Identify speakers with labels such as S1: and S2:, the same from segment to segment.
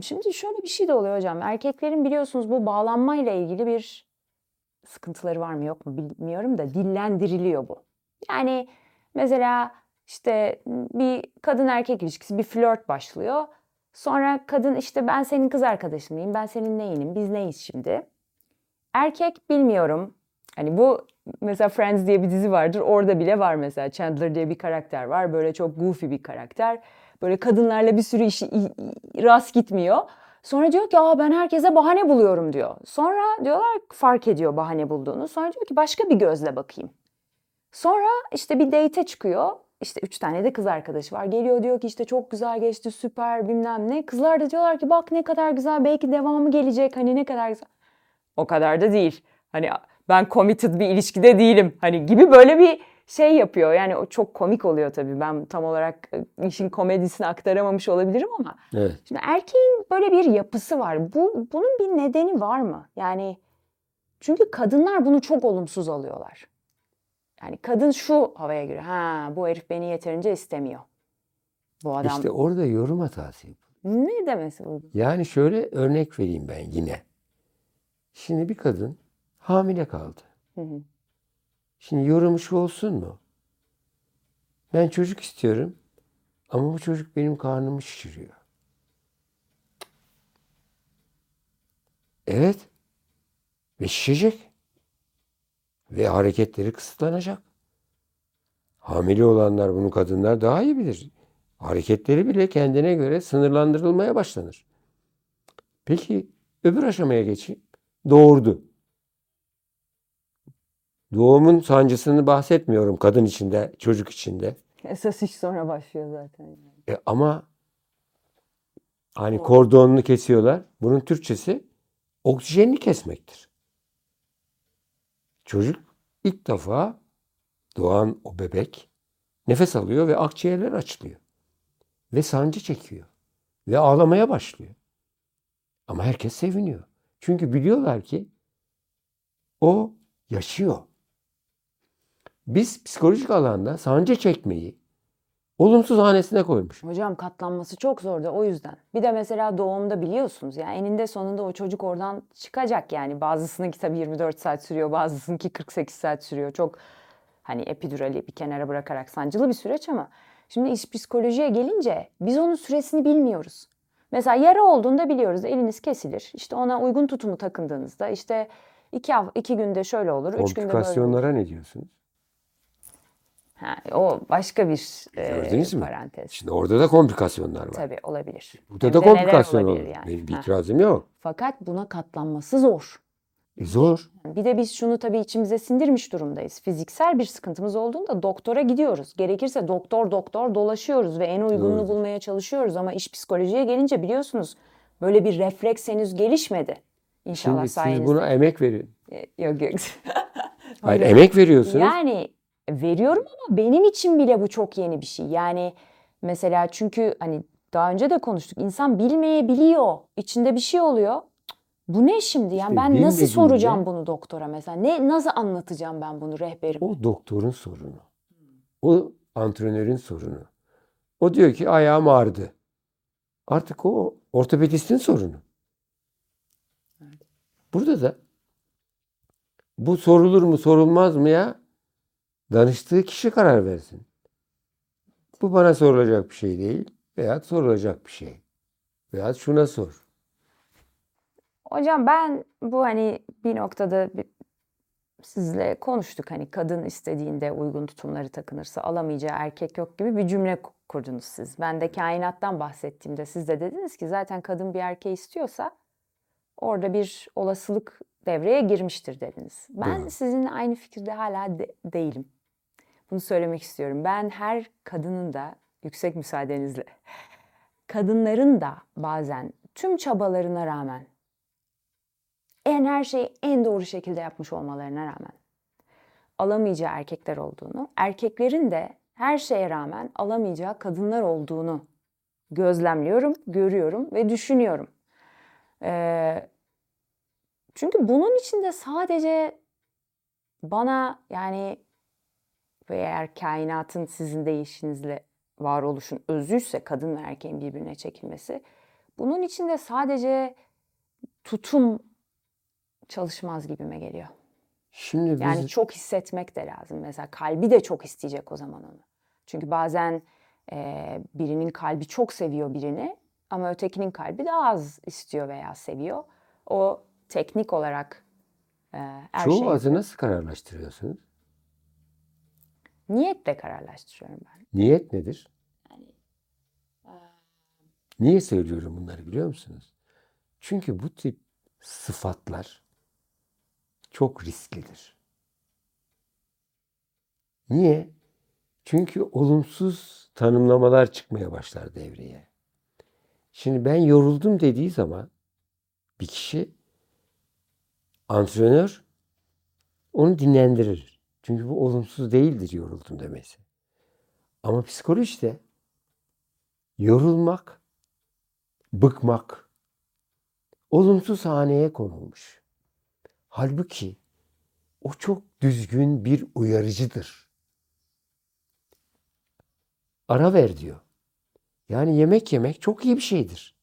S1: Şimdi şöyle bir şey de oluyor hocam. Erkeklerin biliyorsunuz bu bağlanmayla ilgili bir sıkıntıları var mı yok mu bilmiyorum da dillendiriliyor bu. Yani mesela işte bir kadın erkek ilişkisi, bir flört başlıyor. Sonra kadın işte ben senin kız arkadaşınıyım, ben senin neyinim, biz neyiz şimdi? Erkek bilmiyorum. Hani bu mesela Friends diye bir dizi vardır. Orada bile var mesela. Chandler diye bir karakter var. Böyle çok goofy bir karakter. Böyle kadınlarla bir sürü işi rast gitmiyor. Sonra diyor ki ben herkese bahane buluyorum diyor. Sonra diyorlar fark ediyor bahane bulduğunu. Sonra diyor ki başka bir gözle bakayım. Sonra işte bir date'e çıkıyor. İşte 3 tane de kız arkadaşı var. Geliyor diyor ki işte çok güzel geçti, süper bilmem ne. Kızlar da diyorlar ki bak ne kadar güzel, belki devamı gelecek. Hani ne kadar güzel. O kadar da değil. Hani ben committed bir ilişkide değilim. Hani gibi böyle bir şey yapıyor. Yani o çok komik oluyor tabii. Ben tam olarak işin komedisini aktaramamış olabilirim ama.
S2: Evet.
S1: Şimdi erkeğin böyle bir yapısı var. Bunun bir nedeni var mı? Yani çünkü kadınlar bunu çok olumsuz alıyorlar. Yani kadın şu havaya giriyor. Bu herif beni yeterince istemiyor. Bu adam
S2: İşte orada yorum hatası yapılıyor.
S1: ne demesi bu?
S2: Yani şöyle örnek vereyim ben yine. Şimdi bir kadın hamile kaldı. Şimdi yorumu şu olsun mu? Ben çocuk istiyorum ama bu çocuk benim karnımı şişiriyor. Evet. Ve şişecek. Ve hareketleri kısıtlanacak. Hamile olanlar bunu kadınlar daha iyi bilir. Hareketleri bile kendine göre sınırlandırılmaya başlanır. Peki öbür aşamaya geçeyim. Doğurdu. Doğumun sancısını bahsetmiyorum kadın içinde, çocuk içinde.
S1: Esas iş sonra başlıyor zaten.
S2: Ama hani kordonunu kesiyorlar. Bunun Türkçesi oksijenini kesmektir. Çocuk ilk defa doğan o bebek nefes alıyor ve akciğerler açılıyor. Ve sancı çekiyor. Ve ağlamaya başlıyor. Ama herkes seviniyor. Çünkü biliyorlar ki o yaşıyor. Biz psikolojik alanda sancı çekmeyi olumsuz hanesine koymuş.
S1: Hocam katlanması çok zor da o yüzden. Bir de mesela doğumda biliyorsunuz yani eninde sonunda o çocuk oradan çıkacak yani. Bazısınınki tabii 24 saat sürüyor, bazısınınki 48 saat sürüyor. Çok hani epidurali bir kenara bırakarak sancılı bir süreç ama şimdi iş psikolojiye gelince biz onun süresini bilmiyoruz. Mesela yara olduğunda biliyoruz eliniz kesilir. İşte ona uygun tutumu takındığınızda işte 2 günde şöyle olur, 3 günde böyle olur.
S2: Komplikasyonlara ne diyorsunuz?
S1: O başka bir
S2: Gördünüz mü?
S1: parantez.
S2: Şimdi orada da komplikasyonlar var.
S1: Tabii olabilir.
S2: Burada
S1: Hem
S2: da
S1: de neler
S2: komplikasyon
S1: olabilir
S2: olur.
S1: yani.
S2: Benim bir itirazım yok.
S1: Fakat buna katlanması zor.
S2: Zor.
S1: Bir de biz şunu tabii içimize sindirmiş durumdayız. Fiziksel bir sıkıntımız olduğunda doktora gidiyoruz. Gerekirse doktor dolaşıyoruz ve en uygununu
S2: Doğrudur.
S1: bulmaya çalışıyoruz. Ama iş psikolojiye gelince biliyorsunuz böyle bir refleks henüz gelişmedi. İnşallah
S2: Şimdi siz
S1: sayenizde.
S2: buna emek verin.
S1: Yok.
S2: Hayır,
S1: Hocam,
S2: emek veriyorsunuz.
S1: Yani veriyorum ama benim için bile bu çok yeni bir şey. Yani mesela çünkü hani daha önce de konuştuk. İnsan bilmeyebiliyor. İçinde bir şey oluyor. Bu ne şimdi? Yani
S2: İşte
S1: ben nasıl soracağım
S2: bilmediğinde
S1: bunu doktora mesela? Nasıl anlatacağım ben bunu rehberime?
S2: o doktorun sorunu. O antrenörün sorunu. O diyor ki ayağım ağrıdı. Artık o ortopedistin sorunu. Burada da bu sorulur mu sorulmaz mı ya danıştığı kişi karar versin. Bu bana sorulacak bir şey değil veya sorulacak bir şey. Veya şuna sor.
S1: Hocam ben bu hani bir noktada sizle konuştuk. Hani kadın istediğinde uygun tutumları takınırsa alamayacağı erkek yok gibi bir cümle kurdunuz siz. Ben de kainattan bahsettiğimde siz de dediniz ki zaten kadın bir erkeği istiyorsa orada bir olasılık devreye girmiştir dediniz. Ben
S2: Doğru.
S1: sizinle aynı fikirde hala değilim. Bunu söylemek istiyorum. Ben her kadının da yüksek müsaadenizle kadınların da bazen tüm çabalarına rağmen her şeyi en doğru şekilde yapmış olmalarına rağmen alamayacağı erkekler olduğunu, erkeklerin de her şeye rağmen alamayacağı kadınlar olduğunu gözlemliyorum, görüyorum ve düşünüyorum. Çünkü bunun içinde sadece bana yani ve eğer kainatın sizin deyişinizle varoluşun özüyse kadın ve erkeğin birbirine çekilmesi, Bunun için de sadece tutum çalışmaz gibime geliyor.
S2: Şimdi biz
S1: Yani çok hissetmek de lazım. Mesela kalbi de çok isteyecek o zaman onu. Çünkü bazen birinin kalbi çok seviyor birini ama ötekinin kalbi daha az istiyor veya seviyor. O teknik olarak her
S2: çoğu
S1: şey
S2: azı nasıl kararlaştırıyorsunuz?
S1: niyetle kararlaştırıyorum ben.
S2: Niyet nedir? Niye söylüyorum bunları biliyor musunuz? Çünkü bu tip sıfatlar çok risklidir. Niye? Çünkü olumsuz tanımlamalar çıkmaya başlar devreye. Şimdi ben yoruldum dediği zaman bir kişi, antrenör onu dinlendirir. Çünkü bu olumsuz değildir yoruldum demesi. Ama psikolojide yorulmak, bıkmak olumsuz haneye konulmuş. Halbuki o çok düzgün bir uyarıcıdır. Ara ver diyor. Yani yemek yemek çok iyi bir şeydir.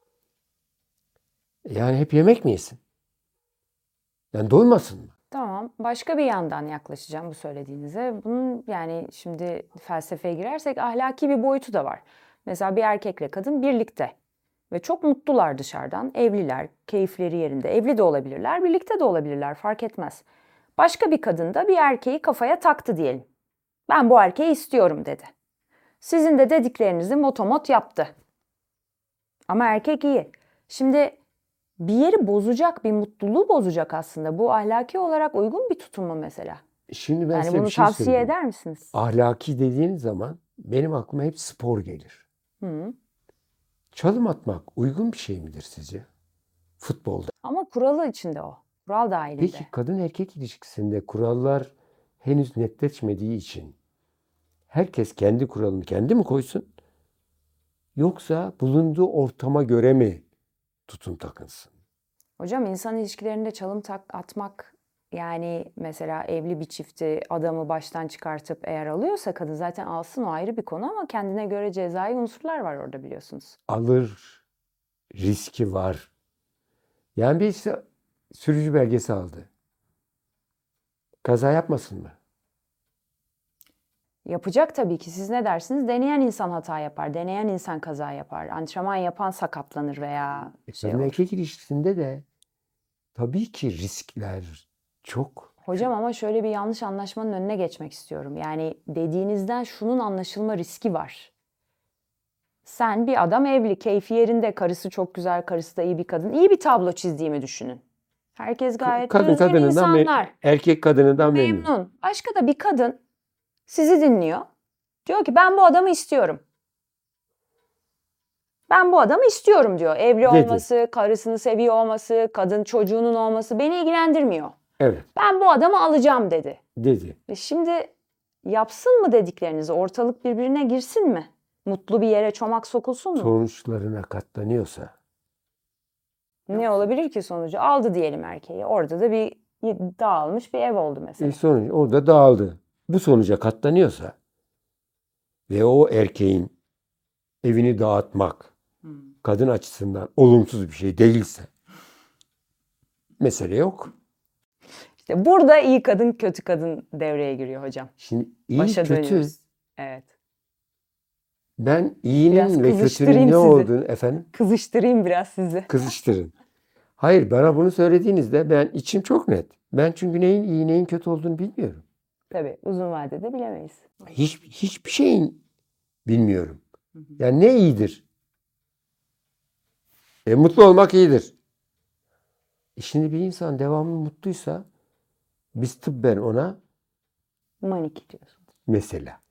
S2: Yani hep yemek mi yesin? Yani doymasın mı?
S1: Tamam. Başka bir yandan yaklaşacağım bu söylediğinize. Bunun yani şimdi felsefeye girersek ahlaki bir boyutu da var. Mesela bir erkekle kadın birlikte ve çok mutlular dışarıdan. Evliler, keyifleri yerinde. Evli de olabilirler, birlikte de olabilirler, fark etmez. Başka bir kadın da bir erkeği kafaya taktı diyelim. Ben bu erkeği istiyorum dedi. Sizin de dediklerinizi motomot yaptı. Ama erkek iyi. Şimdi bir yeri bozacak, bir mutluluğu bozacak aslında. Bu ahlaki olarak uygun bir tutum mu mesela?
S2: Şimdi ben
S1: Yani
S2: size
S1: bunu
S2: bir şey
S1: tavsiye
S2: söyleyeyim.
S1: eder misiniz?
S2: Ahlaki dediğiniz zaman benim aklıma hep spor gelir.
S1: Hı.
S2: Çalım atmak uygun bir şey midir sizce? Futbolda.
S1: Ama kuralı içinde o. Kural dahilinde.
S2: Peki kadın erkek ilişkisinde kurallar henüz netleşmediği için herkes kendi kuralını kendi mi koysun? Yoksa bulunduğu ortama göre mi tutum takınsın?
S1: Hocam insan ilişkilerinde çalım atmak yani mesela evli bir çifti adamı baştan çıkartıp eğer alıyorsa kadın zaten alsın o ayrı bir konu ama kendine göre cezai unsurlar var orada biliyorsunuz.
S2: Alır, riski var. Yani birisi sürücü belgesi aldı. Kaza yapmasın mı?
S1: Yapacak tabii ki. Siz ne dersiniz? Deneyen insan hata yapar. Deneyen insan kaza yapar. Antrenman yapan sakatlanır veya şey
S2: Kadın
S1: olur.
S2: erkek ilişkisinde de tabii ki riskler çok.
S1: Hocam ama şöyle bir yanlış anlaşmanın önüne geçmek istiyorum. Yani dediğinizden şunun anlaşılma riski var. Sen bir adam evli, keyfi yerinde, karısı çok güzel, karısı da iyi bir kadın. İyi bir tablo çizdiğimi düşünün. Herkes gayet
S2: Kadın
S1: düzgün
S2: kadınından
S1: insanlar.
S2: erkek kadınından memnun.
S1: Memnun. Başka da bir kadın sizi dinliyor. Diyor ki ben bu adamı istiyorum. Ben bu adamı istiyorum diyor. Evli
S2: Dedi.
S1: olması, karısını seviyor olması, kadın çocuğunun olması beni ilgilendirmiyor.
S2: Evet,
S1: Ben bu adamı alacağım dedi.
S2: dedi.
S1: Ve şimdi yapsın mı dediklerinizi? Ortalık birbirine girsin mi? Mutlu bir yere çomak sokulsun mu?
S2: Sonuçlarına katlanıyorsa
S1: Ne olabilir ki sonucu? Aldı diyelim erkeği. Orada da bir dağılmış bir ev oldu mesela.
S2: sonuç orada dağıldı. Bu sonuca katlanıyorsa ve o erkeğin evini dağıtmak kadın açısından olumsuz bir şey değilse mesele yok.
S1: İşte burada iyi kadın, kötü kadın devreye giriyor hocam.
S2: Şimdi iyi
S1: Başa
S2: kötü,
S1: dönüyoruz. Evet.
S2: ben
S1: Biraz
S2: iyinin ve
S1: kızıştırayım
S2: kötünün ne
S1: sizi.
S2: olduğunu efendim
S1: Kızıştırayım biraz sizi.
S2: kızıştırın. Hayır, bana bunu söylediğinizde ben içim çok net. Ben çünkü neyin iyi neyin kötü olduğunu bilmiyorum.
S1: Tabii uzun vadede bilemeyiz.
S2: Hiçbir şeyin bilmiyorum. Yani ne iyidir? Mutlu olmak iyidir. Şimdi bir insan devamlı mutluysa biz tıbben ona
S1: Manik diyorsun.
S2: mesela